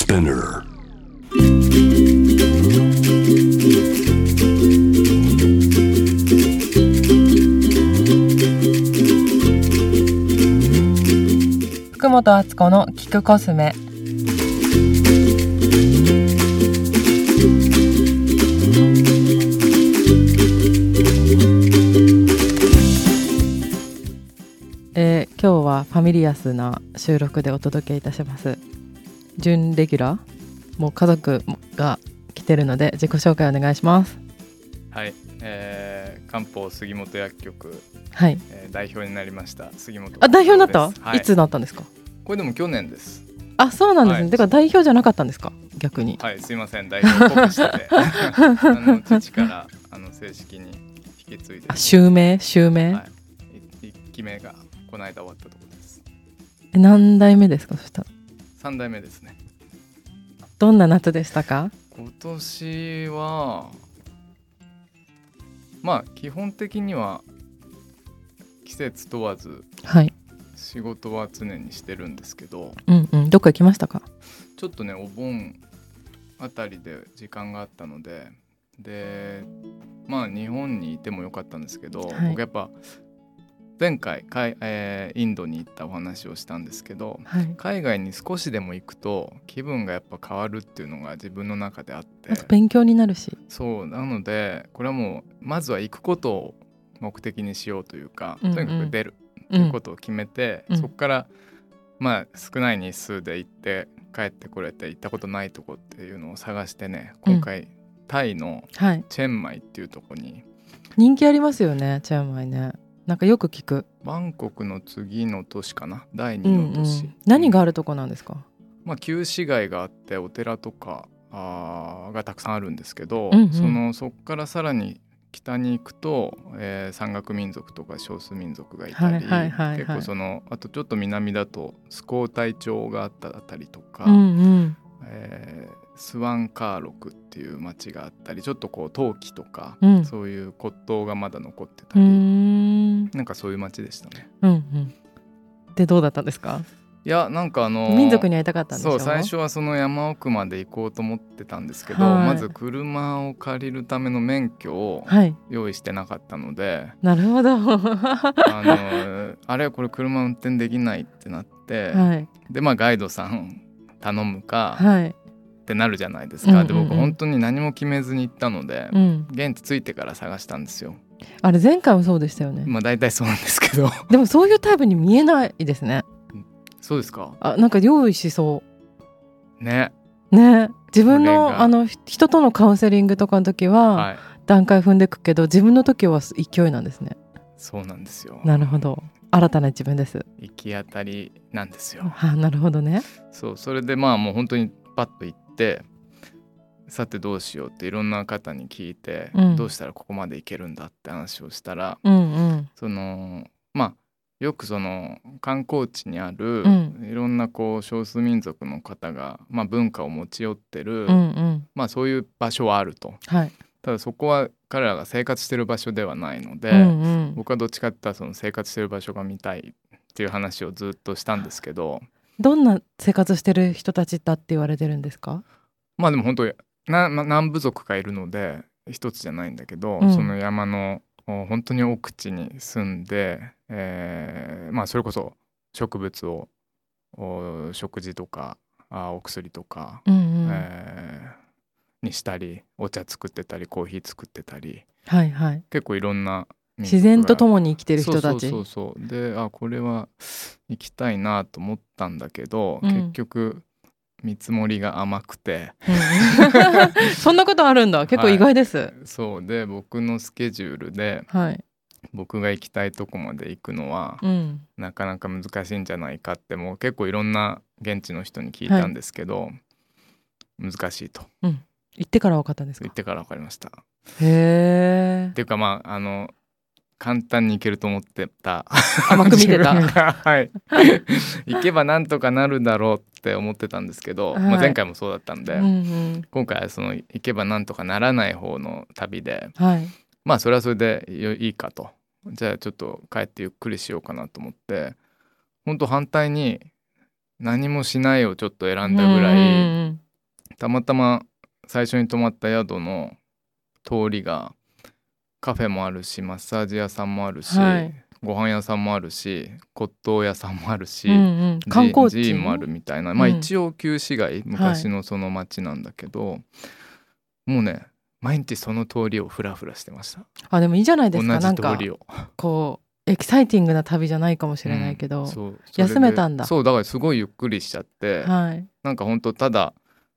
Spinner. 福本敦子の聞くコスメ。今日はファミリアスな収録でお届けいたします。準レギュラーもう家族が来てるので自己紹介お願いします。 はい、漢方杉本薬局、 はい代表になりました杉本です。 代表になった、 はい、 いつなったんですか？ これでも去年です。 あ、そうなんですね、 はい、 だから代表じゃなかったんですか？逆に。 はい、すいません、代表っぽくしてて父から正式に引き継いで、 襲名、はい、 1期目がこの間終わったところです。 何代目ですか？そしたら 3代目ですね。 どんな夏でしたか？ 今年はまあ基本的には季節問わず、 はい、 仕事は常にしてるんですけど、 どっか行きましたか？ ちょっとね、お盆あたりで時間があったので、まあ日本にいてもよかったんですけど、はい、僕やっぱ前回インドに行ったお話をしたんですけど、はい、海外に少しでも行くと気分がやっぱ変わるっていうのが自分の中であって、 勉強になるし、 そうなのでこれはもうまずは行くことを目的にしようというか、とにかく出るということを決めて、そこからまあ少ない日数で行って帰ってこれて、行ったことないとこっていうのを探してね、今回、タイのチェンマイっていうとこに、 人気ありますよね、チェンマイね。なんかよく聞く。 バンコクの次の都市かな、第2の都市、 何があるとこなんですか？ まあ、旧市街があってお寺とかがたくさんあるんですけど、そこからさらに北に行くと、山岳民族とか少数民族がいたり、結構あとちょっと南だとスコータイ朝があったりとか、スワンカーロクっていう町があったり、ちょっとこう陶器とか、そういう骨董がまだ残ってたり、なんかそういう町でしたね。 でどうだったんですか？ いや、なんか民族に会いたかったんでしょ？ そう、最初はその山奥まで行こうと思ってたんですけど、まず車を借りるための免許を用意してなかったので、 なるほどあれこれ車運転できないってなって、でまあガイドさん頼むか、ってなるじゃないですか。で僕本当に何も決めずに行ったので、現地着いてから探したんですよ。 あれ前回もそうでしたよね。 まあ大体そうなんですけどでもそういうタイプに見えないですね。 そうですか？ なんか用意しそうね。 自分の人とのカウンセリングとかの時は段階踏んでいくけど、自分の時は勢いなんですね。 そうなんですよ。 なるほど、新たな自分です。 行き当たりなんですよ。 なるほどね。 そう、それでまあもう本当にパッと行って、さてどうしようっていろんな方に聞いて、どうしたらここまで行けるんだって話をしたら、まあよくその観光地にあるいろんなこう少数民族の方が、まあ、文化を持ち寄ってる、まあそういう場所はあると、ただそこは彼らが生活してる場所ではないので、僕はどっちかって言ったらその生活してる場所が見たいっていう話をずっとしたんですけど。どんな生活してる人たちだって言われてるんですか？ まあでも本当何部族かいるので一つじゃないんだけど、その山の本当に奥地に住んで、まあそれこそ植物を食事とかお薬とか、にしたり、お茶作ってたりコーヒー作ってたり、結構いろんな自然と共に生きてる人たち。 そうで、これは行きたいなと思ったんだけど、結局見積もりが甘くて、 そんなことあるんだ。結構意外です。 そうで、僕のスケジュールで、僕が行きたいとこまで行くのは、なかなか難しいんじゃないかって、もう結構いろんな現地の人に聞いたんですけど、難しいと、 行ってから分かったんですか？ 行ってから分かりました。 へー。 っていうかまあ簡単に行けると思ってた。 甘く見てた。 行けばなんとかなるだろうって思ってたんですけど、前回もそうだったんで、今回はその行けばなんとかならない方の旅で、まあそれはそれでいいかと、じゃあちょっと帰ってゆっくりしようかなと思って、本当反対に何もしないをちょっと選んだぐらい、たまたま最初に泊まった宿の通りがカフェもあるしマッサージ屋さんもあるし、はい、ご飯屋さんもあるし骨董屋さんもあるし、 観光地寺院もあるみたいな、まあ一応旧市街、昔のその町なんだけど、もうね毎日その通りをフラフラしてました。 あ、でもいいじゃないですか。 同じ通りをなんかこうエキサイティングな旅じゃないかもしれないけど、そう休めたんだ。 そうだからすごいゆっくりしちゃって、 はい、 なんかほんとただ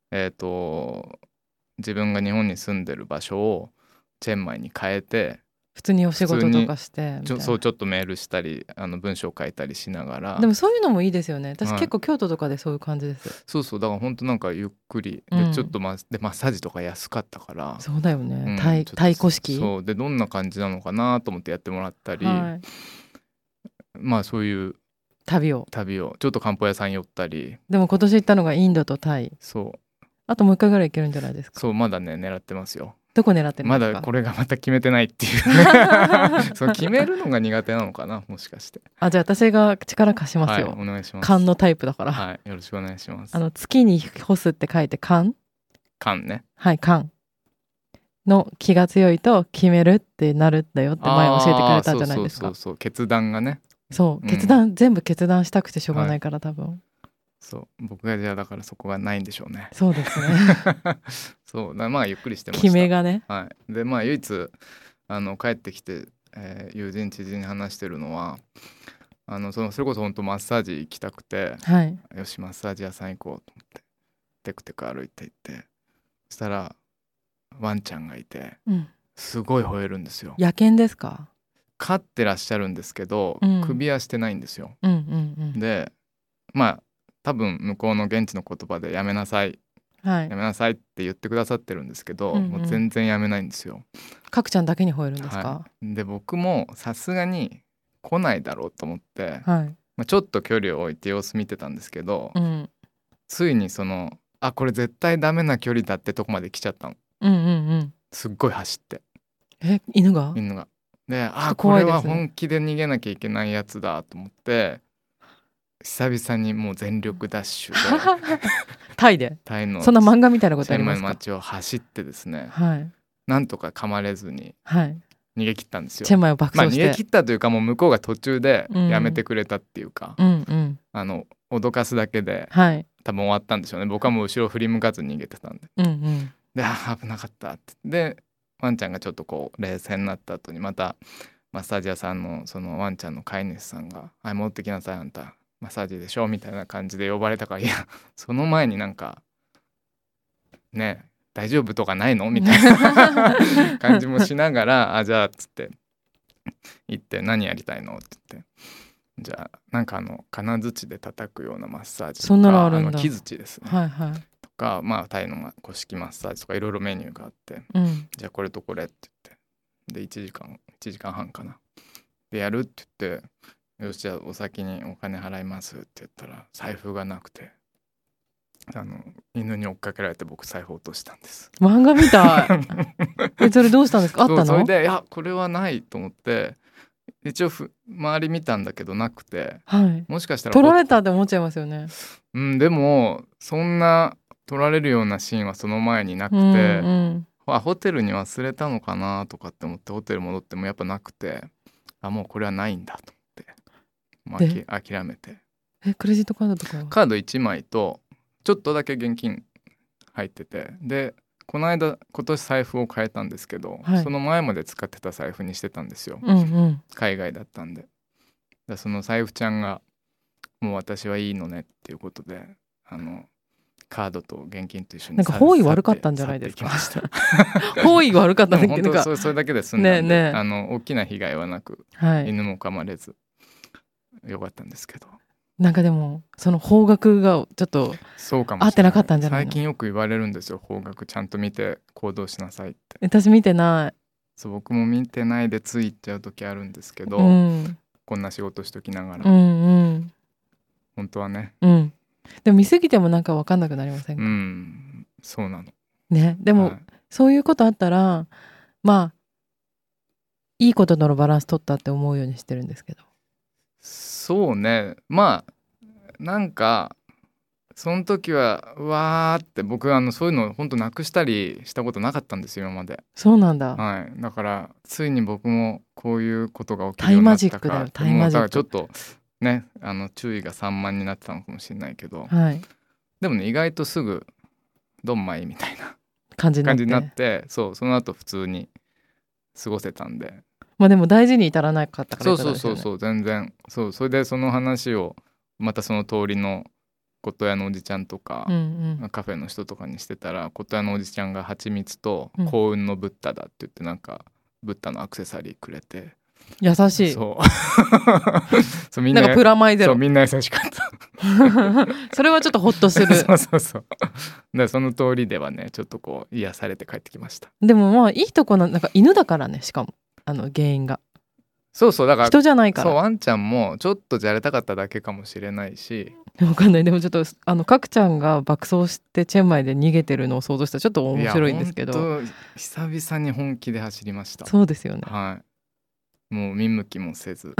自分が日本に住んでる場所をチェンマイに変えて普通にお仕事とかしてそうちょっとメールしたり文章を書いたりしながら。 でもそういうのもいいですよね。私結構京都とかでそういう感じです。 そうそうだから本当なんかゆっくりで、ちょっとでマッサージとか安かったから。 そうだよね、太鼓式。 そうでどんな感じなのかなと思ってやってもらったり、はい、まあそういう旅をちょっと漢方屋さん寄ったり。 でも今年行ったのがインドとタイ。 そうあともう一回ぐらい行けるんじゃないですか。 そうまだね狙ってますよ。 どこ狙ってるんですか。 まだこれがまた決めてないっていうそう決めるのが苦手なのかなもしかして。 あ、じゃあ私が力貸しますよ、 はい、お願いします。 勘のタイプだから、 はい、よろしくお願いします。 月に干すって書いて勘ね。 はい、勘の気が強いと決めるってなるんだよって前教えてくれたんじゃないですか。 そう決断がね。 そう決断、全部決断したくてしょうがないから、多分そう僕がじゃあだからそこがないんでしょうね。 そうですねそうだまあゆっくりしてました。 決めがね。 はい、でまあ唯一帰ってきて、友人知人に話してるのはそれこそ本当マッサージ行きたくて、 はい、 よしマッサージ屋さん行こうと思ってテクテク歩いて行って、そしたらワンちゃんがいて、すごい吠えるんですよ。 野犬ですか。 飼ってらっしゃるんですけど、首はしてないんですよ。でまあ多分向こうの現地の言葉でやめなさい、はい、やめなさいって言ってくださってるんですけど、もう全然やめないんですよ。 かくちゃんだけに吠えるんですか。 はい、で僕もさすがに来ないだろうと思って、はい、ちょっと距離を置いて様子見てたんですけど、ついにこれ絶対ダメな距離だってとこまで来ちゃったの、すっごい走って。 犬がでこれは本気で逃げなきゃいけないやつだと思って久々にもう全力ダッシュでタイのそんな漫画みたいなことありますか。 チェンマイの街を走ってですね、はい、なんとか噛まれずに逃げ切ったんですよ。 チェンマイを爆走して、 逃げ切ったというかもう向こうが途中でやめてくれたっていうか、脅かすだけで、はい、多分終わったんでしょうね。僕はもう後ろ振り向かずに逃げてたんで、で危なかったってでワンちゃんがちょっとこう冷静になった後にまたマッサージ屋さんのそのワンちゃんの飼い主さんが「はい戻ってきなさいあんたマッサージでしょ」みたいな感じで呼ばれたから、いやその前になんかね大丈夫とかないのみたいな感じもしながらじゃあっつって行って何やりたいのって言って、じゃあなんか金槌で叩くようなマッサージとか、 そんなのあるんだ。 木槌ですね、 はいはい、 とかタイの古式マッサージとかいろいろメニューがあって、じゃあこれとこれって言ってで1時間半かなでやるって言って、よしじゃあお先にお金払いますって言ったら財布がなくて、犬に追っかけられて僕財布落としたんです。 漫画みたいそれどうしたんですか。あったの。 それでいやこれはないと思って一応周り見たんだけどなくて、はい、もしかしたら取られたって思っちゃいますよね。 でもそんな取られるようなシーンはその前になくて、ホテルに忘れたのかなとかって思ってホテル戻ってもやっぱなくて、もうこれはないんだと思って、諦めて。 クレジットカードとかは。 カード1枚とちょっとだけ現金入ってて、で今年財布を変えたんですけど、はい、その前まで使ってた財布にしてたんですよ、海外だったんで。その財布ちゃんがもう私はいいのねっていうことでカードと現金と一緒になんか方位悪かったんじゃないですか。方位悪かったんだけど、 本当それだけで済んだんで、大きな被害はなく、はい、犬も噛まれずよかったんですけど、 なんかでもその方角がちょっと合ってなかったんじゃないの。 最近よく言われるんですよ、方角ちゃんと見て行動しなさいって。 私見てない。 そう僕も見てないでつい行っちゃう時あるんですけど、こんな仕事しときながら、本当はね、 でも見過ぎてもなんか分かんなくなりませんか。 そうなのね。でも、はい、そういうことあったらいいこととのバランス取ったって思うようにしてるんですけど。 そうね、なんかその時はうわーって僕そういうの本当なくしたりしたことなかったんですよ今まで。 そうなんだ。 はい、だからついに僕もこういうことが起きるようになったかって、もうだからちょっとね注意が散漫になってたのかもしれないけど、 はい、 でもね意外とすぐドンマイみたいな感じになって、その後普通に過ごせたんで、 まあでも大事に至らなかったからそう全然それでその話をまたその通りの琴屋のおじちゃんとか、カフェの人とかにしてたら、琴屋のおじちゃんが蜂蜜と幸運のブッダだって言って、なんかブッダのアクセサリーくれて、 優しい。 そうみんななんかプラマイゼロ。 そうみんな優しかったそれはちょっとホッとするそうでその通りではねちょっとこう癒されて帰ってきました。 でもまあいいとこなんか犬だからね、しかも原因がそうだから人じゃないから。 そうワンちゃんもちょっとじゃれたかっただけかもしれないし、 わかんない。でもちょっとかくちゃんが爆走してチェンマイで逃げてるのを想像したらちょっと面白いんですけど、 久々に本気で走りました。 そうですよね。 はい、もう見向きもせず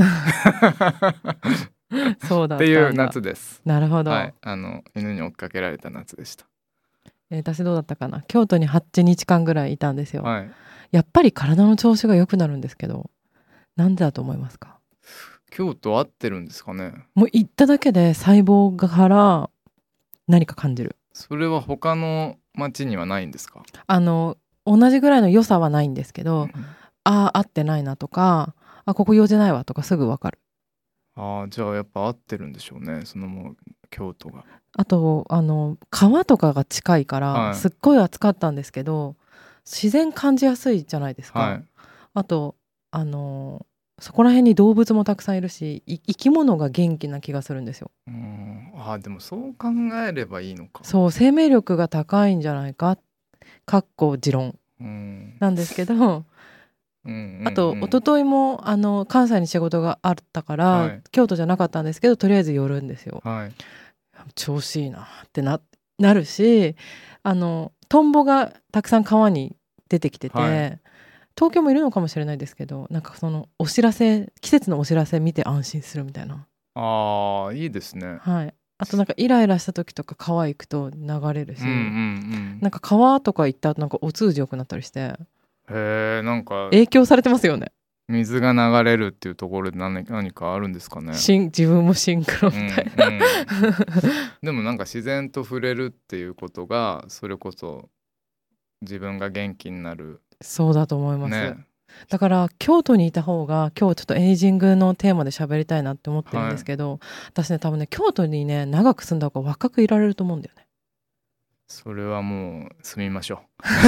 そうだったんだっていう夏です。 なるほど、 はい、犬に追っかけられた夏でした。 私どうだったかな。京都に8日間ぐらいいたんですよ、 はい、 やっぱり体の調子が良くなるんですけど、なんでだと思いますか？ 京都合ってるんですかね。 もう行っただけで細胞から何か感じる。 それは他の町にはないんですか？ 同じぐらいの良さはないんですけど、合ってないなとか、ここ用事ないわとかすぐ分かる。 じゃあやっぱ合ってるんでしょうね、そのもう京都が。 あと川とかが近いから、 はい、 すっごい暑かったんですけど自然感じやすいじゃないですか、 はい、 あとそこら辺に動物もたくさんいるし、生き物が元気な気がするんですよ。 でもそう考えればいいのか。 そう、生命力が高いんじゃないかかっこ持論なんですけど、あと一昨日も関西に仕事があったから、はい、京都じゃなかったんですけどとりあえず寄るんですよ、はい、調子いいなってなるし、トンボがたくさん川に出てきてて、はい、東京もいるのかもしれないですけど、なんかそのお知らせ、季節のお知らせ見て安心するみたいな。 いいですね。 はい。あとなんかイライラした時とか川行くと流れるし、なんか川とか行った後なんかお通じ良くなったりして、 なんか影響されてますよね。 水が流れるっていうところで何かあるんですかね。 自分もシンクロみたいな、 でもなんか自然と触れるっていうことがそれこそ自分が元気になる。 そうだと思います、ね、だから京都にいた方が、今日ちょっとエイジングのテーマで喋りたいなって思ってるんですけど、はい、私ね多分ね京都にね長く住んだ方が若くいられると思うんだよね。 それはもう住みましょう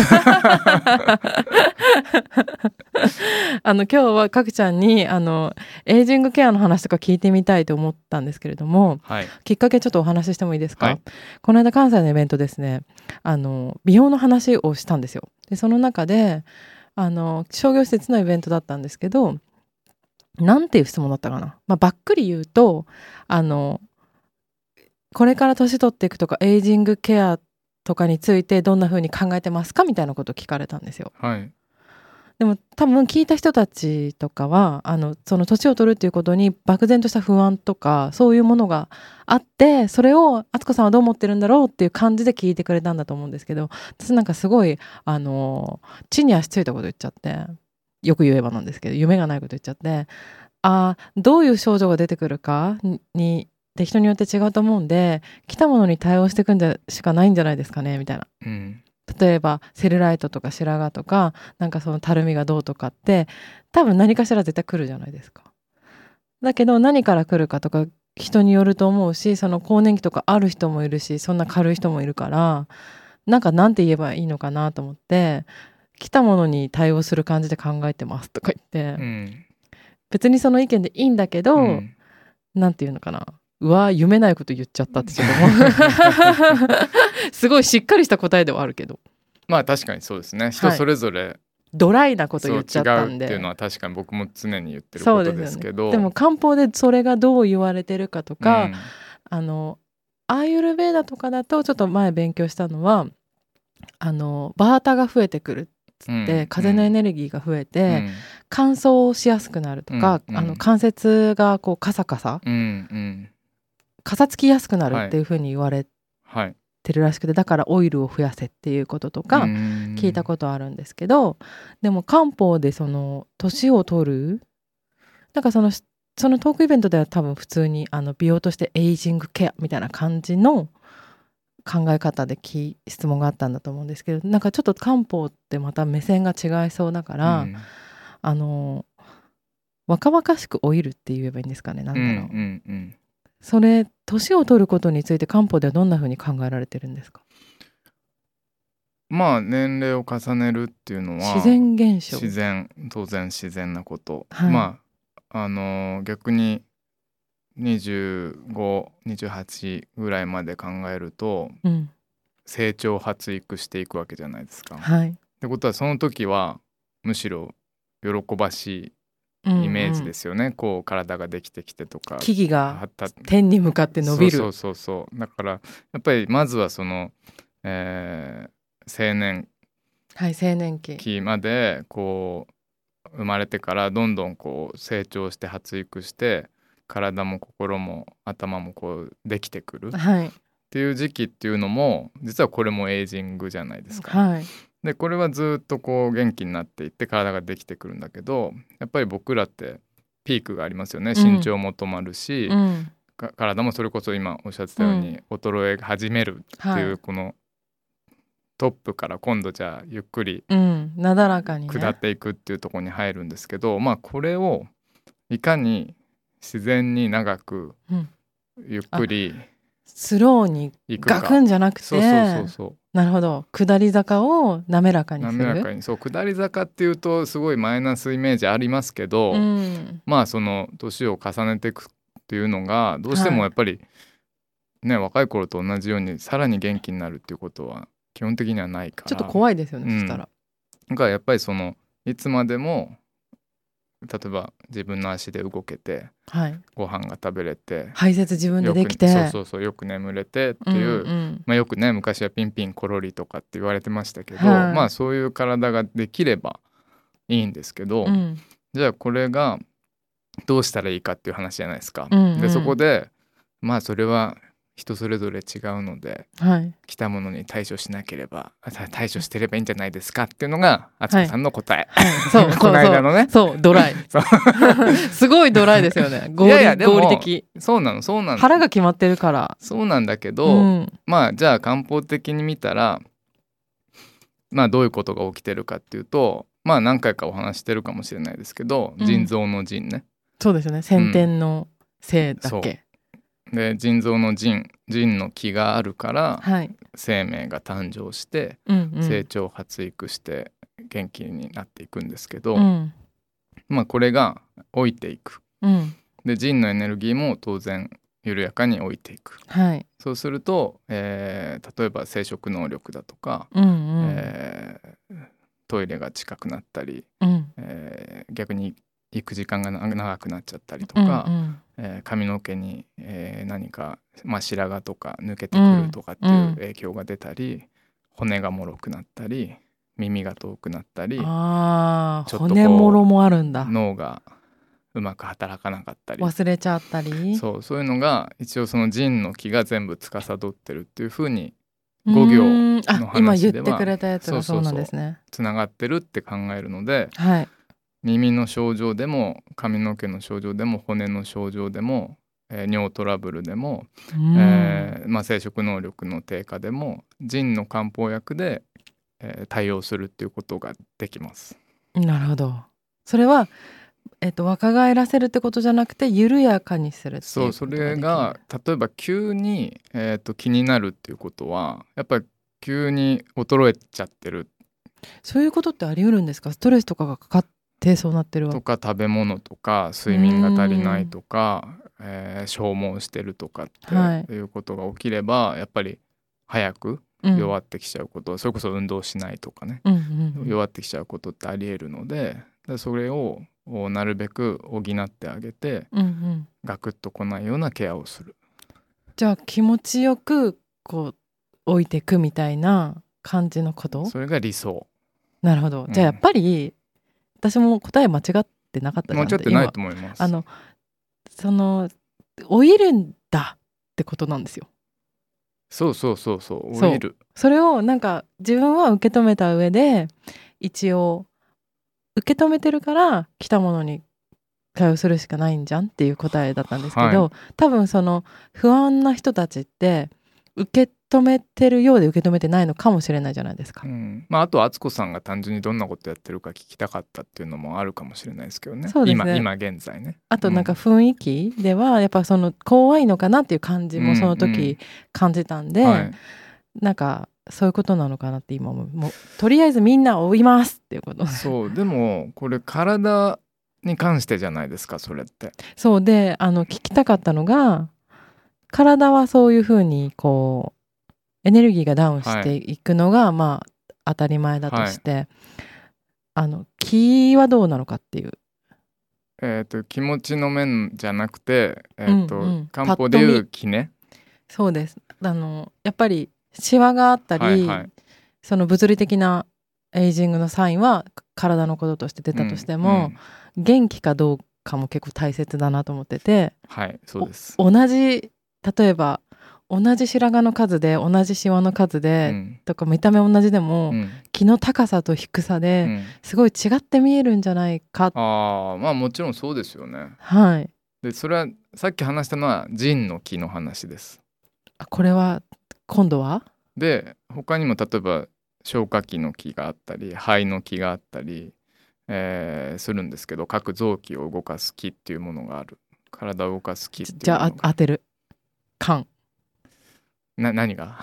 今日はかくちゃんにエイジングケアの話とか聞いてみたいと思ったんですけれども、はい、きっかけちょっとお話ししてもいいですか？はい、この間関西のイベントですね、美容の話をしたんですよ。でその中で商業施設のイベントだったんですけど、なんていう質問だったかな、ばっくり言うとこれから年取っていくとかエイジングケアとかについてどんな風に考えてますかみたいなことを聞かれたんですよ。 はい、 でも多分聞いた人たちとかはその年を取るっていうことに漠然とした不安とかそういうものがあって、それを敦子さんはどう思ってるんだろうっていう感じで聞いてくれたんだと思うんですけど、私なんかすごい地に足ついたこと言っちゃって、よく言えばなんですけど夢がないこと言っちゃって、どういう症状が出てくるかにで人によって違うと思うんで、来たものに対応していくんじゃしかないんじゃないですかねみたいな、例えばセルライトとか白髪とかなんかそのたるみがどうとかって多分何かしら絶対来るじゃないですか。だけど何から来るかとか人によると思うし、その更年期とかある人もいるし、そんな軽い人もいるから、なんて言えばいいのかなと思って、来たものに対応する感じで考えてますとか言って、別にその意見でいいんだけど、なんていうのかな、夢ないこと言っちゃったってちょっとすごいしっかりした答えではあるけど、 まあ確かにそうですね、人それぞれ、 ドライなこと言っちゃったんで、 違うっていうのは確かに僕も常に言ってることですけど、 でも漢方でそれがどう言われてるかとか、アーユルヴェーダとかだとちょっと前勉強したのはバータが増えてくるっつって、風のエネルギーが増えて、乾燥しやすくなるとか、関節がこうカサカサ、かさつきやすくなるっていう風に言われてるらしくて、だからオイルを増やせっていうこととか聞いたことあるんですけど、でも漢方でその年を取る、なんかそのトークイベントでは多分普通に美容としてエイジングケアみたいな感じの考え方で質問があったんだと思うんですけど、なんかちょっと漢方ってまた目線が違いそうだから、若々しく老いるって言えばいいんですかね、なんだろう、それ年を取ることについて漢方ではどんな風に考えられてるんですか？ まあ年齢を重ねるっていうのは自然現象、 当然自然なこと、 はい、 逆に25、28ぐらいまで考えると、成長発育していくわけじゃないですか。 はい、 ってことはその時はむしろ喜ばしいイメージですよね、こう体ができてきてとか、 木々が天に向かって伸びる、 そうだからやっぱりまずはその、青年期までこう生まれてからどんどんこう成長して発育して体も心も頭もこうできてくるっていう時期っていうのも実はこれもエイジングじゃないですか、でこれはずっとこう元気になっていって体ができてくるんだけど、やっぱり僕らってピークがありますよね。身長も止まるし、体もそれこそ今おっしゃってたように衰え始めるっていう、このトップから今度じゃあゆっくりなだらかに下っていくっていうところに入るんですけど、まあこれをいかに自然に長くゆっくりスローにガクンじゃなくて、 そうなるほど、下り坂を滑らかにする。 滑らかに、そう、下り坂っていうとすごいマイナスイメージありますけど、まあその年を重ねていくっていうのがどうしてもやっぱりね、若い頃と同じようにさらに元気になるっていうことは基本的にはないから、 ちょっと怖いですよね、そしたら。 だからやっぱりそのいつまでも例えば自分の足で動けて、ご飯が食べれて、 排泄自分でできて、 よく眠れてっていう、まあ、よくね昔はピンピンコロリとかって言われてましたけど、まあそういう体ができればいいんですけど、じゃあこれがどうしたらいいかっていう話じゃないですか。でそこでまあそれは人それぞれ違うので、来たものに対処しなければ対処してればいいんじゃないですかっていうのが敦子さんの答え、この間のね、 そうドライすごいドライですよね。合理的。 そうなの腹が決まってるから。 そうなんだけど、まあじゃあ漢方的に見たらまあどういうことが起きてるかっていうと、まあ何回かお話してるかもしれないですけど、腎臓の腎ね、 そうですよね、先天のせいだっけ、 で腎臓の腎の気があるから、生命が誕生して、成長発育して元気になっていくんですけど、まあこれが老いていく、で腎のエネルギーも当然緩やかに老いていく、そうすると、例えば生殖能力だとか、トイレが近くなったり、逆に行く時間が長くなっちゃったりとか、髪の毛に、何か、まあ、白髪とか抜けてくるとかっていう影響が出たり、骨がもろくなったり耳が遠くなったり、ちょっとこう骨もろもあるんだ、 脳がうまく働かなかったり忘れちゃったり、 そういうのが一応その腎の気が全部司ってるっていう風に5行の話では今言ってくれたやつがそうなんですね。 つながってるって考えるので、耳の症状でも髪の毛の症状でも骨の症状でも、尿トラブルでも、まあ、生殖能力の低下でも腎の漢方薬で、対応するっていうことができます。 なるほど。それは、若返らせるってことじゃなくて緩やかにするっていうことができる。 それが例えば急に、気になるっていうことはやっぱり急に衰えちゃってる、 そういうことってあり得るんですか？ストレスとかがかかってそうなってるわとか食べ物とか睡眠が足りないとか、消耗してるとかっていうことが起きれば、やっぱり早く弱ってきちゃうこと、それこそ運動しないとかね、弱ってきちゃうことってあり得るので、それをなるべく補ってあげて、ガクッと来ないようなケアをする。 じゃあ気持ちよくこう置いていくみたいな感じのこと？ それが理想。 なるほど。じゃあやっぱり、私も答え間違ってなかったじゃん。 間違ってないと思います。 その老いるんだってことなんですよ。 そう老いる。 それをなんか自分は受け止めた上で、一応受け止めてるから来たものに対応するしかないんじゃんっていう答えだったんですけど、多分その不安な人たちって受け止めてるようで受け止めてないのかもしれないじゃないですか。 あと敦子さんが単純にどんなことやってるか聞きたかったっていうのもあるかもしれないですけどね。 そうですね。 今現在ね。 あとなんか雰囲気ではやっぱその怖いのかなっていう感じもその時感じたんで、なんかそういうことなのかなって今もうとりあえずみんな追いますっていうこと。 そうでもこれ体に関してじゃないですか、それって。 そうで聞きたかったのが、体はそういうふうにこうエネルギーがダウンしていくのが、まあ当たり前だとして、気はどうなのかっていう。 気持ちの面じゃなくて、漢方でいう気ね。 そうです。やっぱりシワがあったり、その物理的なエイジングのサインは体のこととして出たとしても、元気かどうかも結構大切だなと思ってて、 そうです。 例えば同じ白髪の数で同じシワの数で、とか見た目同じでも、気の高さと低さですごい違って見えるんじゃないか。 まあもちろんそうですよね。でそれはさっき話したのは腎の気の話です。 これは今度はで他にも例えば消化器の気があったり肺の気があったり、するんですけど、各臓器を動かす気っていうものがある。体を動かす気っていうものが。 じゃあ当てる。肝。 何が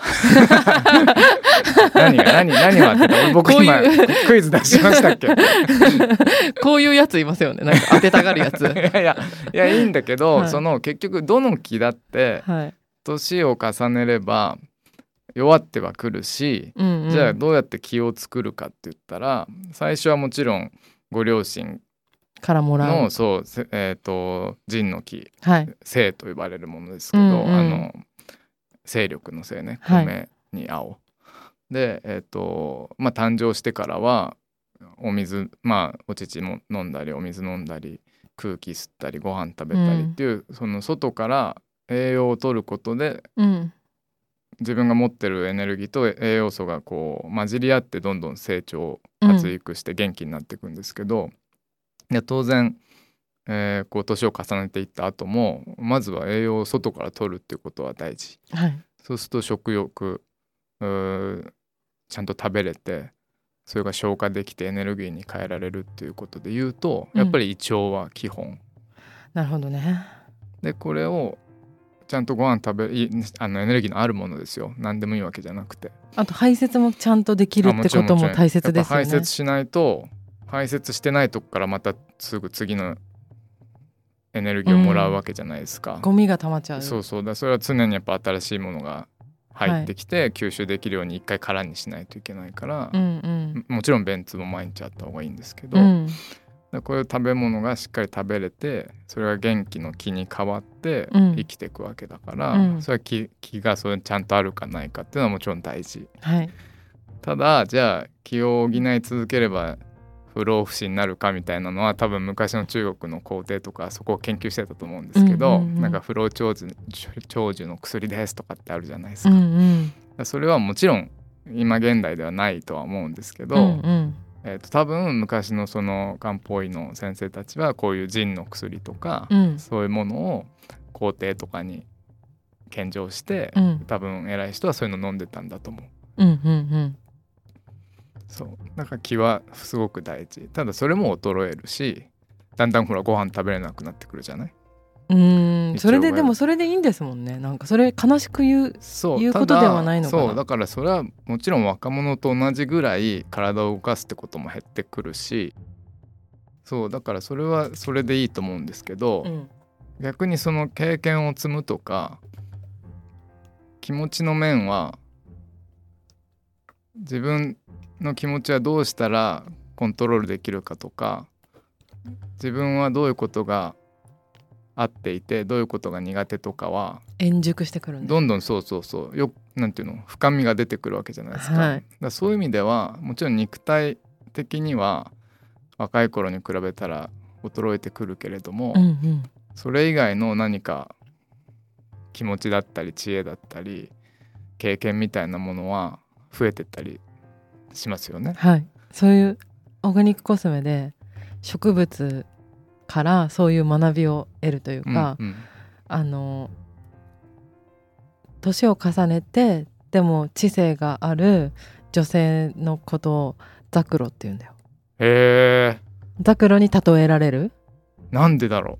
何が当てた？僕今クイズ出しましたっけ？ こういうやついますよね、なんか当てたがるやつ。 いやいいんだけど、その結局どの気だって、年を重ねれば弱ってはくるし、じゃあどうやって気を作るかって言ったら、最初はもちろんご両親からもらうの腎の気、精と呼ばれるものですけど、勢力の精ね、米に青、で誕生してからはお水、お乳も飲んだりお水飲んだり空気吸ったりご飯食べたりっていう、その外から栄養を取ることで、自分が持ってるエネルギーと栄養素がこう混じり合ってどんどん成長発育して元気になっていくんですけど、当然、こう年を重ねていった後もまずは栄養を外から取るっていうことは大事、そうすると食欲ちゃんと食べれて、それが消化できてエネルギーに変えられるっていうことで言うと、やっぱり胃腸は基本。 なるほどね。 でこれをちゃんとご飯エネルギーのあるものですよ。何でもいいわけじゃなくて、 あと排泄もちゃんとできるってことも大切ですよね。 排泄しないと、排泄してないとこからまたすぐ次のエネルギーをもらうわけじゃないですか、 ゴミが溜まっちゃう。 そうだ、それは常にやっぱ新しいものが入ってきて、吸収できるように一回空にしないといけないから、もちろん便通も毎日あった方がいいんですけど、こういう食べ物がしっかり食べれて、それが元気の気に変わって生きていくわけだから、それは気がそれちゃんとあるかないかっていうのはもちろん大事、ただじゃあ気を補い続ければ不老不死になるかみたいなのは、多分昔の中国の皇帝とかそこを研究してたと思うんですけど、なんか不老長寿の薬ですとかってあるじゃないですか、それはもちろん今現代ではないとは思うんですけど、多分昔のその漢方医の先生たちはこういう腎の薬とか、そういうものを皇帝とかに献上して、多分偉い人はそういうの飲んでたんだと思う。そうだから気はすごく大事。ただそれも衰えるし、だんだんほらご飯食べれなくなってくるじゃない。 それででもそれでいいんですもんね。なんかそれ悲しく言うことではないのかな。 そうだからそれはもちろん若者と同じぐらい体を動かすってことも減ってくるし、そうだからそれはそれでいいと思うんですけど、逆にその経験を積むとか気持ちの面は、自分の気持ちはどうしたらコントロールできるかとか、自分はどういうことが合っていてどういうことが苦手とかは円熟してくるんです。 どんどんなんていうの、深みが出てくるわけじゃないですか、だからそういう意味ではもちろん肉体的には若い頃に比べたら衰えてくるけれども、それ以外の何か気持ちだったり知恵だったり経験みたいなものは増えてったりしますよね。 はい、そういうオーガニックコスメで植物からそういう学びを得るというか、年を重ねてでも知性がある女性のことをザクロって言うんだよ。 へー。 ザクロに例えられる？ なんでだろ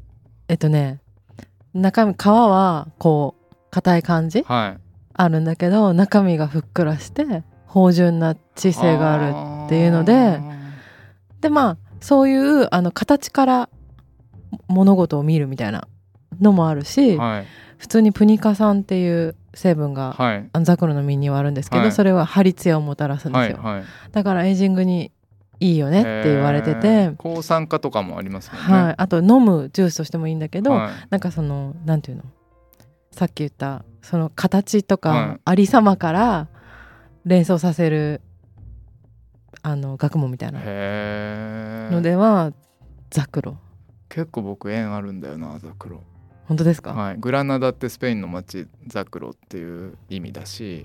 中身、皮はこう硬い感じ、 はい、 あるんだけど中身がふっくらして芳醇な知性があるっていうので、まあそういう形から物事を見るみたいなのもあるし、 はい、 普通にプニカ酸っていう成分が、 はい、 ザクロの実にはあるんですけど、それはハリツヤをもたらすんですよ、だからエイジングにいいよねって言われてて、 抗酸化とかもありますもんね、 あと飲むジュースとしてもいいんだけど、なんかそのなんていうの、さっき言ったその形とかありさまから連想させる学問みたいなのではザクロ。 結構僕縁あるんだよな、ザクロ。 本当ですか？ はい、グラナダってスペインの町、ザクロっていう意味だし、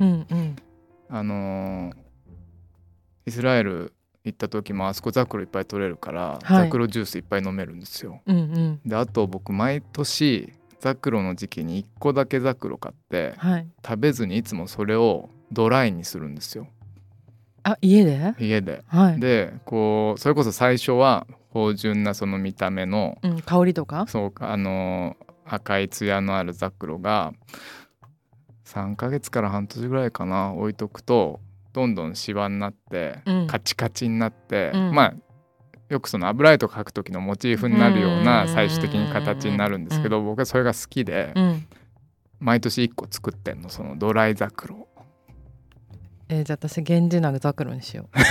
イスラエル行った時もあそこザクロいっぱい取れるから、ザクロジュースいっぱい飲めるんですよ、であと僕毎年ザクロの時期に1個だけザクロ買って、食べずにいつもそれをドライにするんですよ。 家で、でこうそれこそ最初は芳醇なその見た目の、 香りとか、 そう赤い艶のあるザクロが3ヶ月から半年ぐらいかな置いとくとどんどんシワになって、カチカチになって、まあよくその油絵とか描く時のモチーフになるような最終的に形になるんですけど、僕はそれが好きで、毎年1個作ってんの、そのドライザクロ。 じゃあ私源氏名ザクロにしよう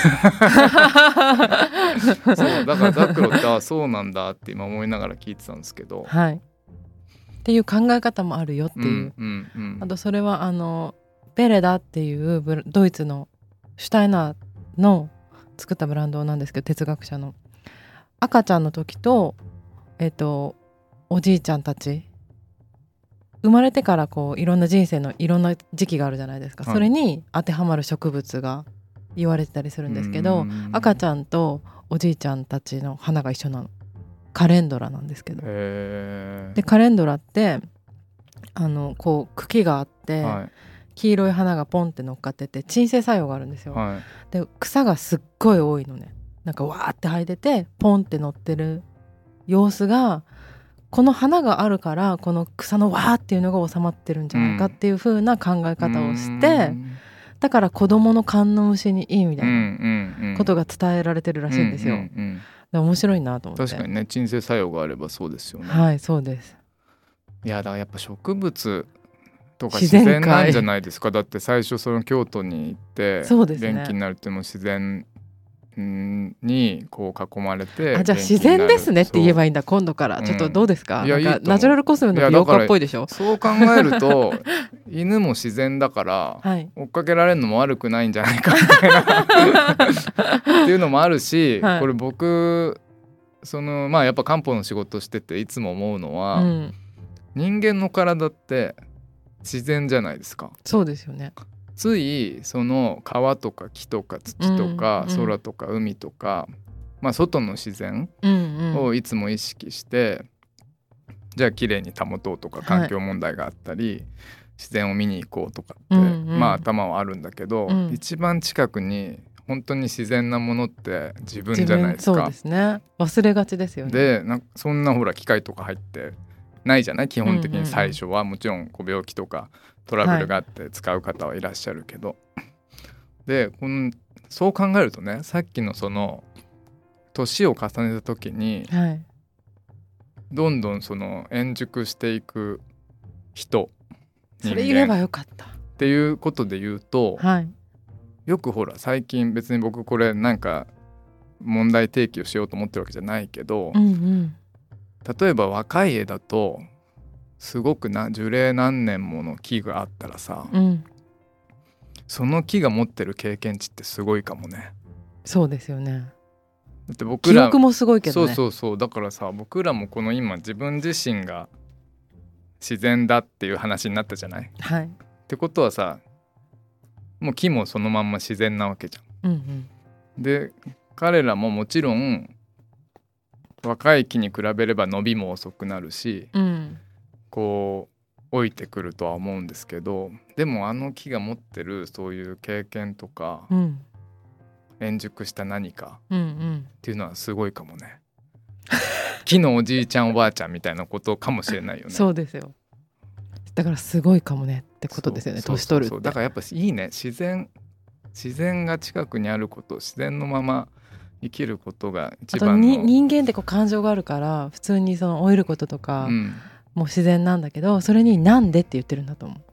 そうだからザクロってそうなんだって今思いながら聞いてたんですけど、 っていう考え方もあるよっていう、あとそれはベレダっていうドイツのシュタイナーの作ったブランドなんですけど、哲学者の赤ちゃんの時とおじいちゃんたち生まれてからこういろんな人生のいろんな時期があるじゃないですか、それに当てはまる植物が言われてたりするんですけど、赤ちゃんとおじいちゃんたちの花が一緒なの。カレンドラなんですけど、でカレンドラってこう茎があって、黄色い花がポンって乗っかってて鎮静作用があるんですよ、で草がすっごい多いのね。なんかわーって生えててポンって乗ってる様子が、この花があるからこの草のわーっていうのが収まってるんじゃないかっていう風な考え方をして、だから子供のカンの虫にいいみたいなことが伝えられてるらしいんですよ。で面白いなと思って。 確かにね、鎮静作用があればそうですよね。 はい、そうです。 いやだからやっぱ植物とか自然なんじゃないですか。だって最初その京都に行って元気になるっても自然にこう囲まれて、 じゃあ自然ですねって言えばいいんだ今度から、ちょっとどうですか？なんかナチュラルコスメの美容家っぽいでしょ。 そう考えると犬も自然だから、追っかけられるのも悪くないんじゃないかみたいなっていうのもあるし、これ僕まあやっぱ漢方の仕事してていつも思うのは、人間の体って自然じゃないですか。 そうですよね。 ついその川とか木とか土とか空とか海とか、まあ、外の自然をいつも意識して、じゃあきれいに保とうとか環境問題があったり、自然を見に行こうとかって、まあ頭はあるんだけど、一番近くに本当に自然なものって自分じゃないですか。 そうですね、忘れがちですよね。 でそんなほら機械とか入ってないじゃない、基本的に最初は。もちろん病気とかトラブルがあって使う方はいらっしゃるけど、でそう考えるとね、さっきのその年を重ねた時に、どんどんその円熟していく人、 それ言えばよかったっていうことで言うと、よくほら最近別に僕これなんか問題提起をしようと思ってるわけじゃないけど、例えば若い絵だとすごく樹齢何年もの木があったらさ、その木が持ってる経験値ってすごいかもね。 そうですよね。 だって僕ら記憶もすごいけどね。 そうだからさ、僕らもこの今自分自身が自然だっていう話になったじゃない、ってことはさ、 もう木もそのまんま自然なわけじゃん、うんうん、で彼らももちろん若い木に比べれば伸びも遅くなるし、うん、こう老いてくるとは思うんですけど、でもあの木が持ってるそういう経験とか、うん、円熟した何かっていうのはすごいかもね木のおじいちゃんおばあちゃんみたいなことかもしれないよね。 そうですよ。だからすごいかもねってことですよね。年取るって。 だからやっぱいいね、自然が近くにあること、自然のまま生きることが一番の。 人間ってこう感情があるから普通にその老いることとか、もう自然なんだけど、それになんでって言ってるんだと思う。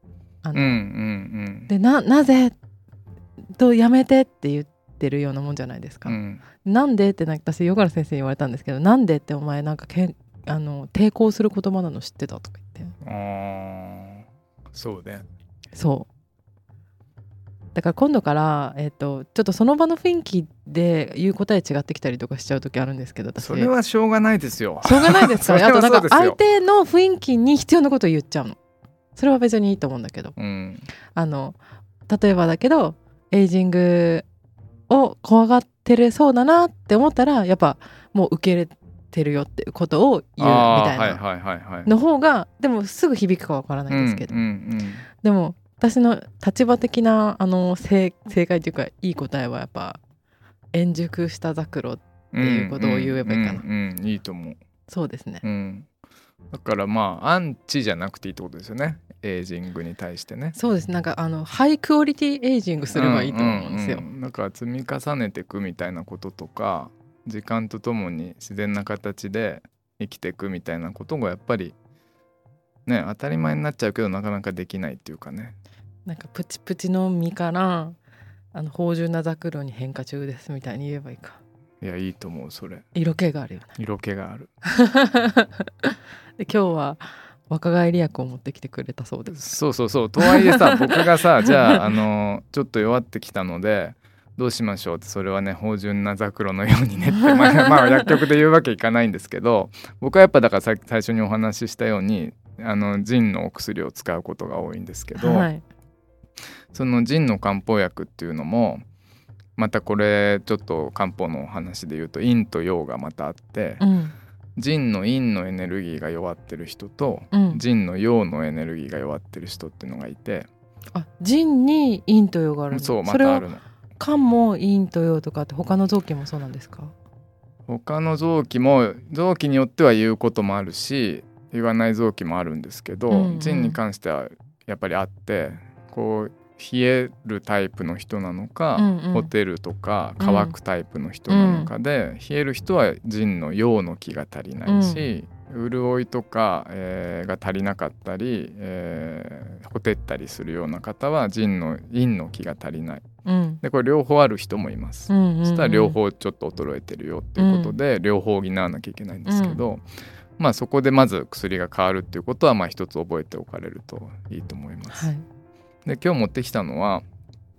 で なぜとやめてって言ってるようなもんじゃないですか、うん、なんでって私ヨガの先生に言われたんですけど、なんでってお前なんか抵抗する言葉なの知ってたとか言って。 そうね。 そうだから今度から、ちょっとその場の雰囲気で言う答え違ってきたりとかしちゃう時あるんですけど、私それはしょうがないですよ。 しょうがないですかあとなんか相手の雰囲気に必要なことを言っちゃうの。それは別にいいと思うんだけど、うん、例えばだけどエイジングを怖がってるそうだなって思ったら、やっぱもう受け入れてるよっていうことを言うみたいなの方が、でもすぐ響くかわからないですけど、でも私の立場的な正解というかいい答えはやっぱ円熟したザクロっていうことを言えばいいかな。 いいと思う。 そうですね、 だからまあアンチじゃなくていいってことですよね、エイジングに対してね。 そうです。なんかハイクオリティエイジングすればいいと思うんですよ。 なんか積み重ねていくみたいなこととか、時間とともに自然な形で生きていくみたいなことがやっぱりね、当たり前になっちゃうけどなかなかできないっていうかね。 なんかプチプチの実から芳醇なザクロに変化中ですみたいに言えばいいか。 いや、いいと思う。それ色気があるよね。 色気があるで今日は若返り薬を持ってきてくれたそうです。 そうとはいえさ僕がさじゃあちょっと弱ってきたのでどうしましょうって、それはね芳醇なザクロのようにねってまあ薬局で言うわけいかないんですけど、僕はやっぱだから最初にお話ししたようにジンのお薬を使うことが多いんですけど、はい、そのジンの漢方薬っていうのもまたこれちょっと漢方の話で言うと陰と陽がまたあって、ジンの陰のエネルギーが弱ってる人と、ジンの陽のエネルギーが弱ってる人っていうのがいて、 ジンに陰と陽があるの。 そうまたあるの。 漢も陰と陽とかって他の臓器もそうなんですか？ 他の臓器も臓器によっては言うこともあるし言わない臓器もあるんですけど、ジンに関してはやっぱりあって、こう冷えるタイプの人なのか、ホテルとか乾くタイプの人なのかで、冷える人はジンの陽の気が足りないし、潤いとか、が足りなかったり、ほてったりするような方はジンの陰の気が足りない、でこれ両方ある人もいます、そしたら両方ちょっと衰えてるよっていうことで、両方補わなきゃいけないんですけど、まあそこでまず薬が変わるっていうことはまあ一つ覚えておかれるといいと思います、はい。で今日持ってきたのは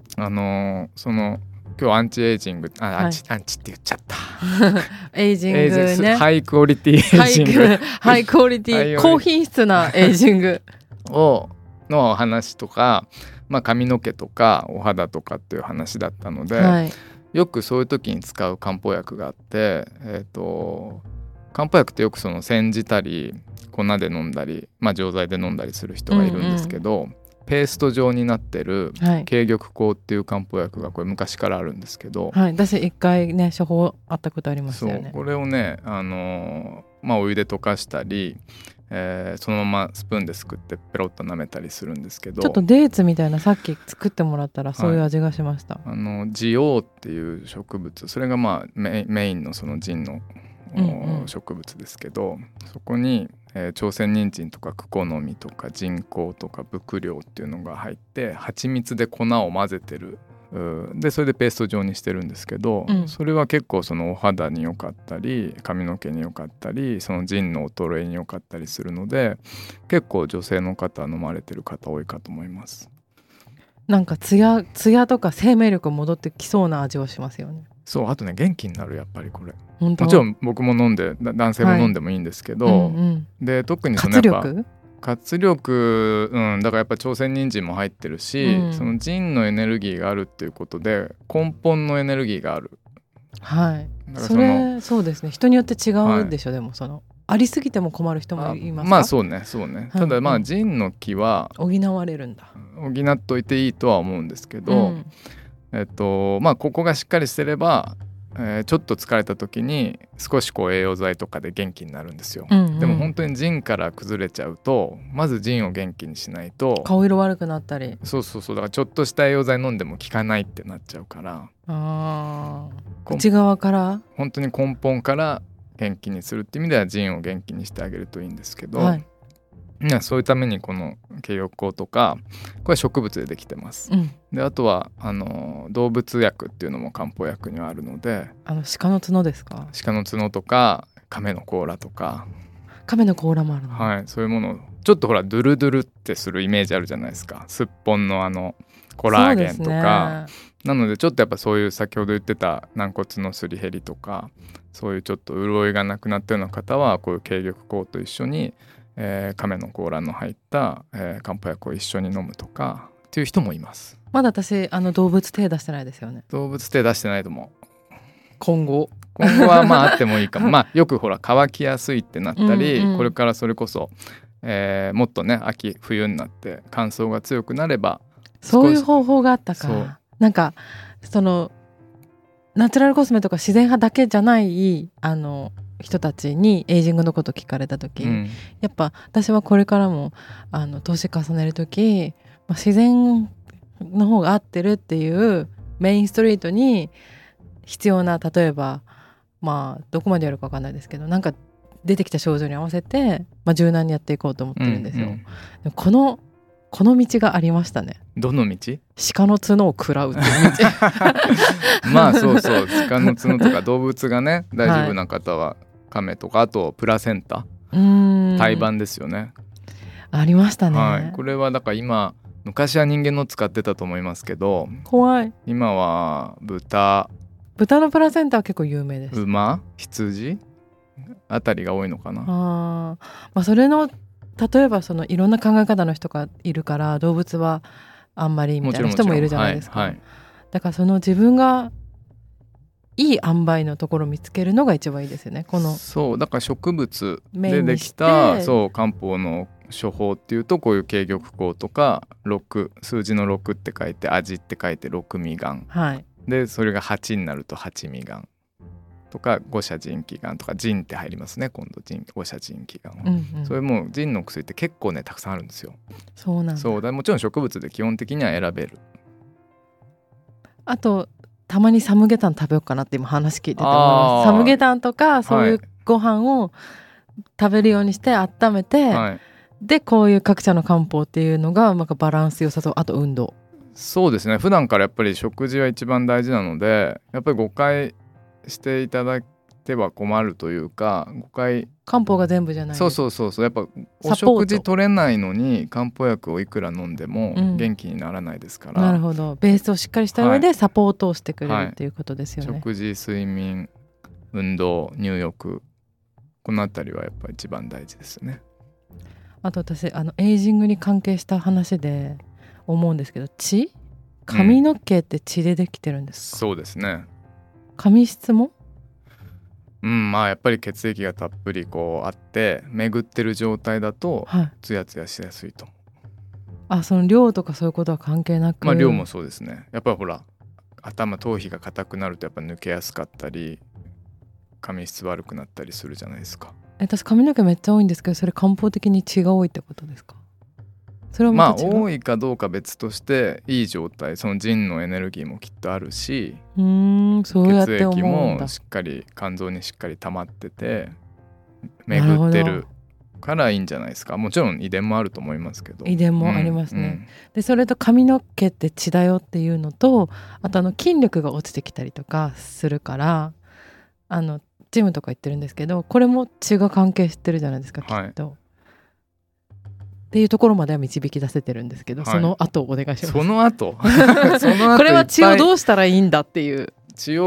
今日アンチエイジングアンチって言っちゃったエイジングね、 ハイクオリティエイジングハイクオリティ高品質なエイジングの話とか、髪の毛とかお肌とかっていう話だったので、よくそういう時に使う漢方薬があって、漢方薬ってよくその煎じたり粉で飲んだり、錠剤で飲んだりする人がいるんですけど、ペースト状になってる軽玉香っていう漢方薬がこれ昔からあるんですけど、 私一回ね処方あったことありますよね。 そうこれをね、お湯で溶かしたり、そのままスプーンですくってペロッと舐めたりするんですけど、 ちょっとデーツみたいなさっき作ってもらったらそういう味がしました、 ジオウっていう植物、それがメインのそのジンの植物ですけど、そこに、朝鮮人参とかクコの実とか人工とか伏量っていうのが入って蜂蜜で粉を混ぜてる、でそれでペースト状にしてるんですけど、それは結構そのお肌に良かったり髪の毛に良かったりその腎の衰えに良かったりするので、結構女性の方飲まれてる方多いかと思います。 なんかツヤとか生命力戻ってきそうな味はしますよね。 そう、あとね元気になる、やっぱりこれもちろん僕も飲んで男性も飲んでもいいんですけど、で特にそのやっぱ活力、だからやっぱ朝鮮人参も入ってるし、その腎のエネルギーがあるっていうことで根本のエネルギーがある。 はい。だからそうですね。人によって違うでしょ、でもありすぎても困る人もいますか？ まあそうね。ただまあ腎の気は補われるんだ。 補っといていいとは思うんですけど、まあここがしっかりしてれば、ちょっと疲れた時に少し栄養剤とかで元気になるんですよ。でも本当に腎から崩れちゃうと、まず腎を元気にしないと顔色悪くなったり、 そうだからちょっとした栄養剤飲んでも効かないってなっちゃうから、 内側から本当に根本から元気にするっていう意味では腎を元気にしてあげるといいんですけど、そういうためにこの桂玉香とかこれ植物でできてます、であとは動物薬っていうのも漢方薬にはあるので、 鹿の角ですか？ 鹿の角とか亀の甲羅とか。 亀の甲羅もあるの？ はい、そういうものをちょっとほらドゥルドゥルってするイメージあるじゃないですか、すっぽんのコラーゲンとか、なのでちょっとやっぱそういう先ほど言ってた軟骨のすり減りとか、そういうちょっと潤いがなくなったような方はこういう桂玉香と一緒に亀の甲羅の入った、漢方薬を一緒に飲むとかっていう人もいます。 まだ私動物手出してないですよね。 動物手出してないと思う。 今後はまああってもいいかもまあよくほら乾きやすいってなったり、これからそれこそ、もっとね秋冬になって乾燥が強くなればそういう方法があったか。なんかナチュラルコスメとか自然派だけじゃない人たちにエイジングのこと聞かれた時、やっぱ私はこれからも年重ねる時、自然の方が合ってるっていうメインストリートに必要な、例えばどこまでやるか分かんないですけど、なんか出てきた症状に合わせて、柔軟にやっていこうと思ってるんですよ、でこの道がありましたね。 どの道？ 鹿の角を食らうっていう道まあそう鹿の角とか動物がね大丈夫な方は亀とか、あとプラセンタ、胎盤ですよね。 ありましたね、 これはだから昔は人間の使ってたと思いますけど、 怖い。 今は豚のプラセンタは結構有名です。 馬、羊あたりが多いのかな。 それの例えばいろんな考え方の人がいるから動物はあんまりみたいな人もいるじゃないですか、だから自分がいい塩梅のところを見つけるのが一番いいですよね。 そうだから植物でできた漢方の処方っていうとこういう桂玉香とか数字の6って書いて味って書いて六味丸、でそれが8になると八味丸とか五社腎気丸とか腎って入りますね。今度五社腎気丸、それも腎の薬って結構ねたくさんあるんですよ。 そうなんだ。 だもちろん植物で基本的には選べる。 あとたまにサムゲタン食べようかなって今話聞いてて思います。サムゲタンとかそういうご飯を食べるようにして温めて、でこういう各社の漢方っていうのがバランス良さそう。あと運動。 そうですね。普段からやっぱり食事は一番大事なので、やっぱり誤解していただいては困るというか、 漢方が全部じゃない。 そうやっぱお食事取れないのに漢方薬をいくら飲んでも元気にならないですから、 なるほど。ベースをしっかりした上でサポートをしてくれるっていうことですよね、 食事、睡眠、運動、入浴、このあたりはやっぱり一番大事ですね。 あと私エイジングに関係した話で思うんですけど、髪の毛って血でできてるんですか？ そうですね。 髪質もやっぱり血液がたっぷりあって巡ってる状態だとツヤツヤしやすいと。 その量とかそういうことは関係なく。 量もそうですね。やっぱりほら頭皮が硬くなるとやっぱ抜けやすかったり髪質悪くなったりするじゃないですか。 私髪の毛めっちゃ多いんですけど、それ漢方的に血が多いってことですか？それはまた違う。 多いかどうか別としていい状態、その腎のエネルギーもきっとあるし、 そうやって思うんだ。 血液もしっかり肝臓にしっかり溜まってて巡ってるからいいんじゃないですか。もちろん遺伝もあると思いますけど。 遺伝もありますね、でそれと髪の毛って血だよっていうのと、あと筋力が落ちてきたりとかするからジムとか行ってるんですけど、これも血が関係してるじゃないですか、きっと、っていうところまでは導き出せてるんですけど、その後お願いします。 その後これは血をどうしたらいいんだっていう。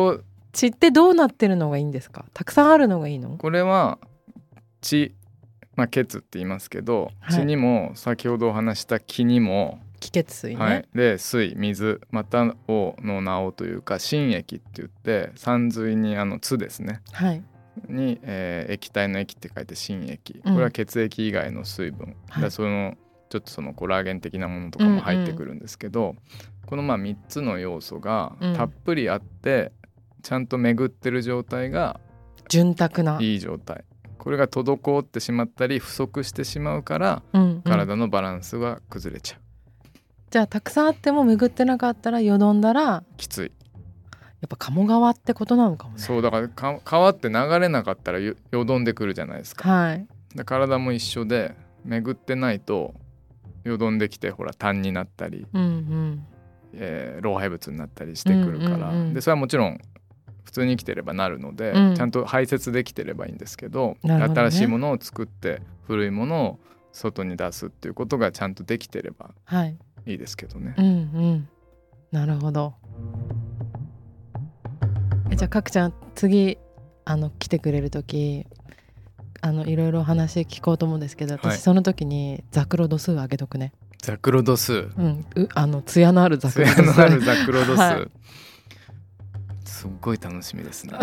血ってどうなってるのがいいんですか？たくさんあるのがいいの？ これは血血って言いますけど、血にも先ほどお話した気にも気血水ね、 はい、で水水またの名をというか心液って言って山水に津ですね、 はい、 に、液体の液って書いて心液、これは血液以外の水分、でそのちょっとそのコラーゲン的なものとかも入ってくるんですけど、この3つの要素がたっぷりあって、ちゃんと巡ってる状態が潤沢ないい状態。これが滞ってしまったり不足してしまうから、体のバランスが崩れちゃう。 じゃあたくさんあっても巡ってなかったらよどんだらきつい。 やっぱ鴨川ってことなのかもね。 そうだから川って流れなかったらよどんでくるじゃないですか、 はい、 で体も一緒で巡ってないとよどんできてほら痰になったり、老廃物になったりしてくるから、でそれはもちろん普通に生きてればなるので、ちゃんと排泄できてればいいんですけど、新しいものを作って古いものを外に出すっていうことがちゃんとできてればいいですけどね、 なるほど。じゃあかくちゃん次来てくれる時いろいろ話聞こうと思うんですけど、私その時にザクロ度数上げとくね。 ザクロ度数、 ツヤのあるザクロ度数、 ツヤのあるザクロ度数、はい、すっごい楽しみですね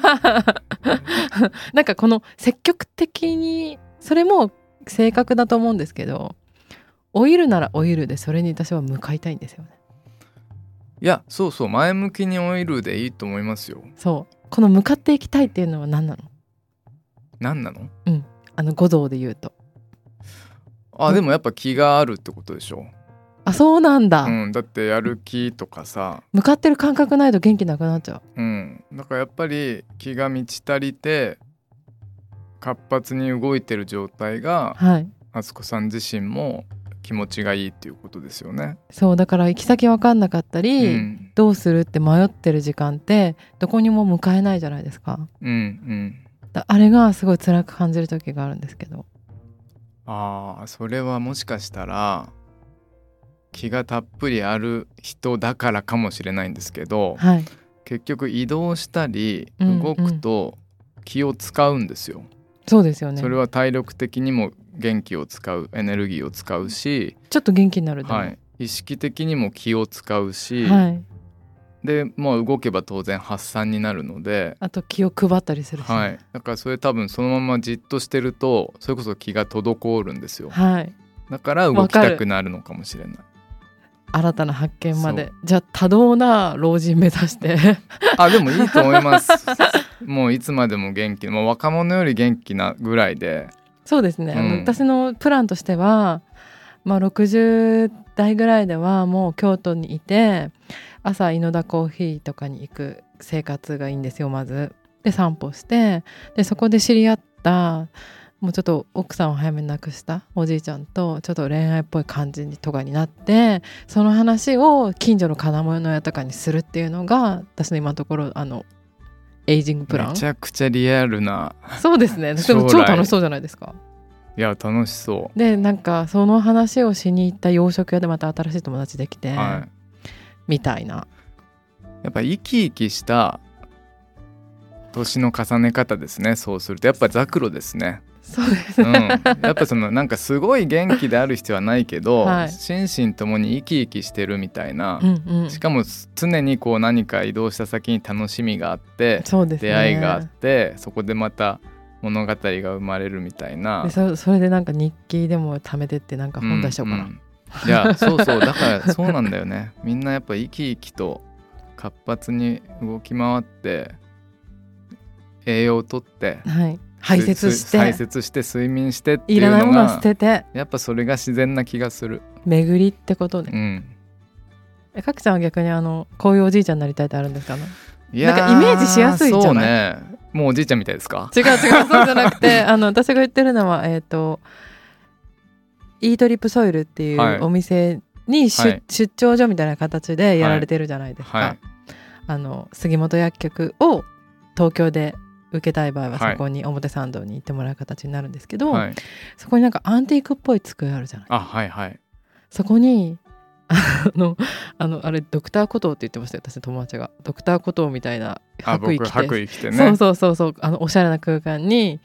なんかこの積極的に、それも性格だと思うんですけど、オイルならオイルでそれに私は向かいたいんですよね。 いやそうそう、前向きにオイルでいいと思いますよ。 そう、この向かっていきたいっていうのは何なの？ 何なの？ 五道で言うとでもやっぱ気があるってことでしょ。 そうなんだ、 だってやる気とかさ、 向かってる感覚ないと元気なくなっちゃう。 だからやっぱり気が満ち足りて活発に動いてる状態が、敦子さん自身も気持ちがいいっていうことですよね。 そうだから行き先分かんなかったり、どうするって迷ってる時間ってどこにも向かえないじゃないですか。あれがすごい辛く感じる時があるんですけど。 それはもしかしたら気がたっぷりある人だからかもしれないんですけど、結局移動したり動くと気を使うんですよ。 そうですよね。 それは体力的にも元気を使う、エネルギーを使うし、 ちょっと元気になるでも、 意識的にも気を使うし、でもう動けば当然発散になるので、 あと気を配ったりするし、 だからそれ多分そのままじっとしてるとそれこそ気が滞るんですよ、だから動きたくなるのかもしれない。 新たな発見まで。じゃあ多動な老人目指してでもいいと思いますもういつまでも元気、若者より元気なぐらいで。 そうですね、私のプランとしては、60代ぐらいではもう京都にいて朝井の田コーヒーとかに行く生活がいいんですよ。まずで散歩して、でそこで知り合ったもうちょっと奥さんを早めに亡くしたおじいちゃんとちょっと恋愛っぽい感じとかになって、その話を近所の金物屋とかにするっていうのが私の今のところエイジングプラン。 めちゃくちゃリアルな。 そうですね。でも超楽しそうじゃないですか。 いや楽しそうで、なんかその話をしに行った洋食屋でまた新しい友達できて、みたいな。 やっぱ生き生きした年の重ね方ですね。そうするとやっぱザクロですね。 そうですね、 やっぱなんかすごい元気である必要はないけど、心身ともに生き生きしてるみたいな、しかも常にこう何か移動した先に楽しみがあって、出会いがあって、そこでまた物語が生まれるみたいな。 でそれでなんか日記でも貯めてってなんか本出しようかな、 いやそうそう、だからそうなんだよねみんなやっぱ生き生きと活発に動き回って栄養をとって、 排泄して睡眠してっていうのが、 いらないものは捨てて、 やっぱそれが自然な気がする。 巡りってことね。かくちゃんは逆にこういうおじいちゃんになりたいってあるんですかね。なんかイメージしやすいんじゃない？ そうね。もうおじいちゃんみたいですか？ 違うそうじゃなくて私が言ってるのはイートリップソイルっていうお店に出張所みたいな形でやられてるじゃないですか。杉本薬局を東京で受けたい場合はそこに表参道に行ってもらう形になるんですけど、そこになんかアンティークっぽい机あるじゃないですか。そこにあれドクターコトーって言ってましたよ、私の友達が。ドクターコトーみたいな白衣着て、 ね、 そうおしゃれな空間に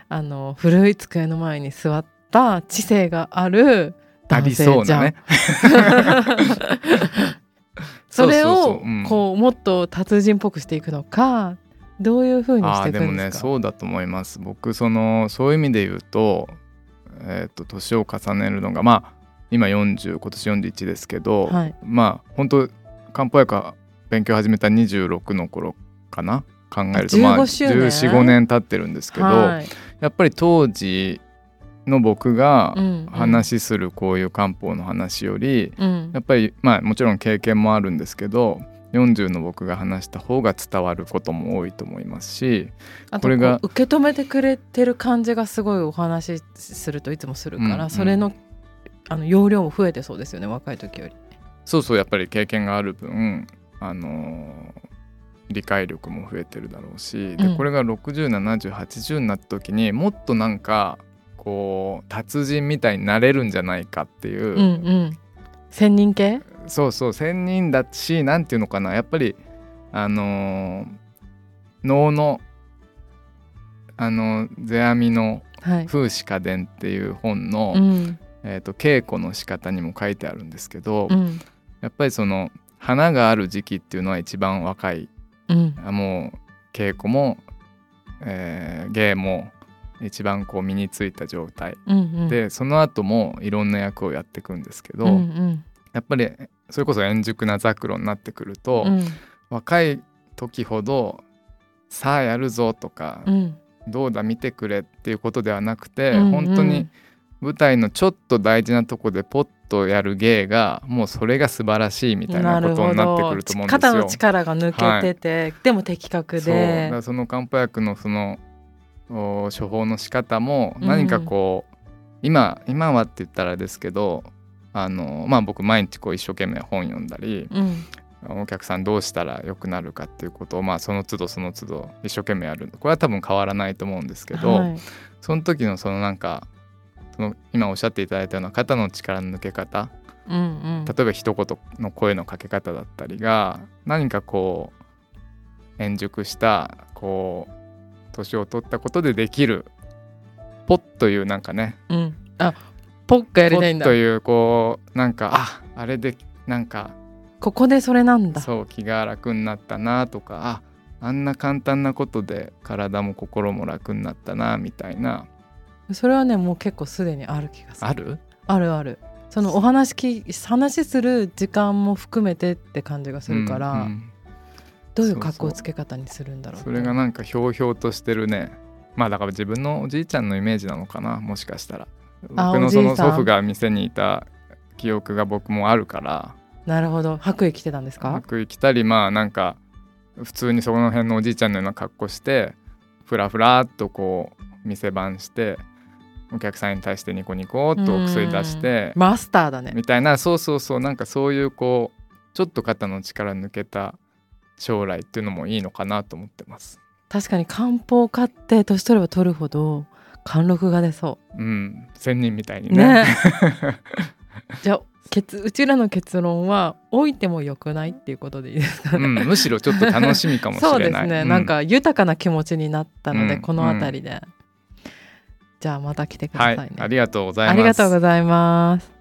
古い机の前に座った知性がある男性じゃん。ありそうなねそれをこうもっと達人っぽくしていくのか、どういう風にしていくんですか？ でもね、そうだと思います。僕そういう意味で言うと、年を重ねるのが今40、今年41ですけど、はい、本当漢方薬勉強始めた26の頃かな、考えると14、15年経ってるんですけど、はい、やっぱり当時の僕が話するこういう漢方の話より、やっぱりもちろん経験もあるんですけど、40の僕が話した方が伝わることも多いと思いますし、 あとこれが受け止めてくれてる感じがすごいお話しするといつもするから、それの容量も増えてそうですよね、若い時より。 そうやっぱり経験がある分理解力も増えてるだろうし、でこれが60、70、80になった時にもっとなんかこう達人みたいになれるんじゃないかっていう、 仙人系？ そう仙人だし、なんていうのかな、やっぱり能の世阿弥の風刺家伝っていう本の、稽古の仕方にも書いてあるんですけど、やっぱりその花がある時期っていうのは一番若い、もう稽古も、芸も一番こう身についた状態、でその後もいろんな役をやっていくんですけど、やっぱりそれこそ円熟なザクロになってくると、若い時ほどさあやるぞとか、どうだ見てくれっていうことではなくて、本当に舞台のちょっと大事なとこでポッとやる芸がもうそれが素晴らしいみたいなことになってくると思うんですよ。 肩の力が抜けてて、でも的確で、 その漢方薬のその処方の仕方も何かこう、今はって言ったらですけど、僕毎日こう一生懸命本読んだり、お客さんどうしたら良くなるかっていうことをその都度一生懸命やる。これは多分変わらないと思うんですけど、その時のそのなんかその今おっしゃっていただいたような肩の力の抜け方、例えば一言の声のかけ方だったりが何かこう円熟したこう年を取ったことでできるポッというなんかね、 ポッがやりたいんだポッというこうなんかあれでなんかここでそれなんだ、 そう気が楽になったなとか、あんな簡単なことで体も心も楽になったなみたいな、 それはねもう結構すでにある気がする。 あるそのお話する時間も含めてって感じがするから、どういう格好つけ方にするんだろう。 それがなんかひょうひょうとしてるね。だから自分のおじいちゃんのイメージなのかな、もしかしたら。僕のその祖父が店にいた記憶が僕もあるから。 なるほど。白衣着てたんですか？ 白衣着たり、なんか普通にその辺のおじいちゃんのような格好してふらふらっとこう店番してお客さんに対してニコニコっとお薬出してマスターだねみたいな、そうなんかそういうこうちょっと肩の力抜けた将来っていうのもいいのかなと思ってます。 確かに漢方家って年取れば取るほど貫禄が出そう。 仙人みたいに ねじゃあうちらの結論は老いてもよくないっていうことでいいですかね、 むしろちょっと楽しみかもしれない。 そうですね、なんか豊かな気持ちになったので、このあたりで、じゃあまた来てくださいね。 ありがとうございます。 ありがとうございます。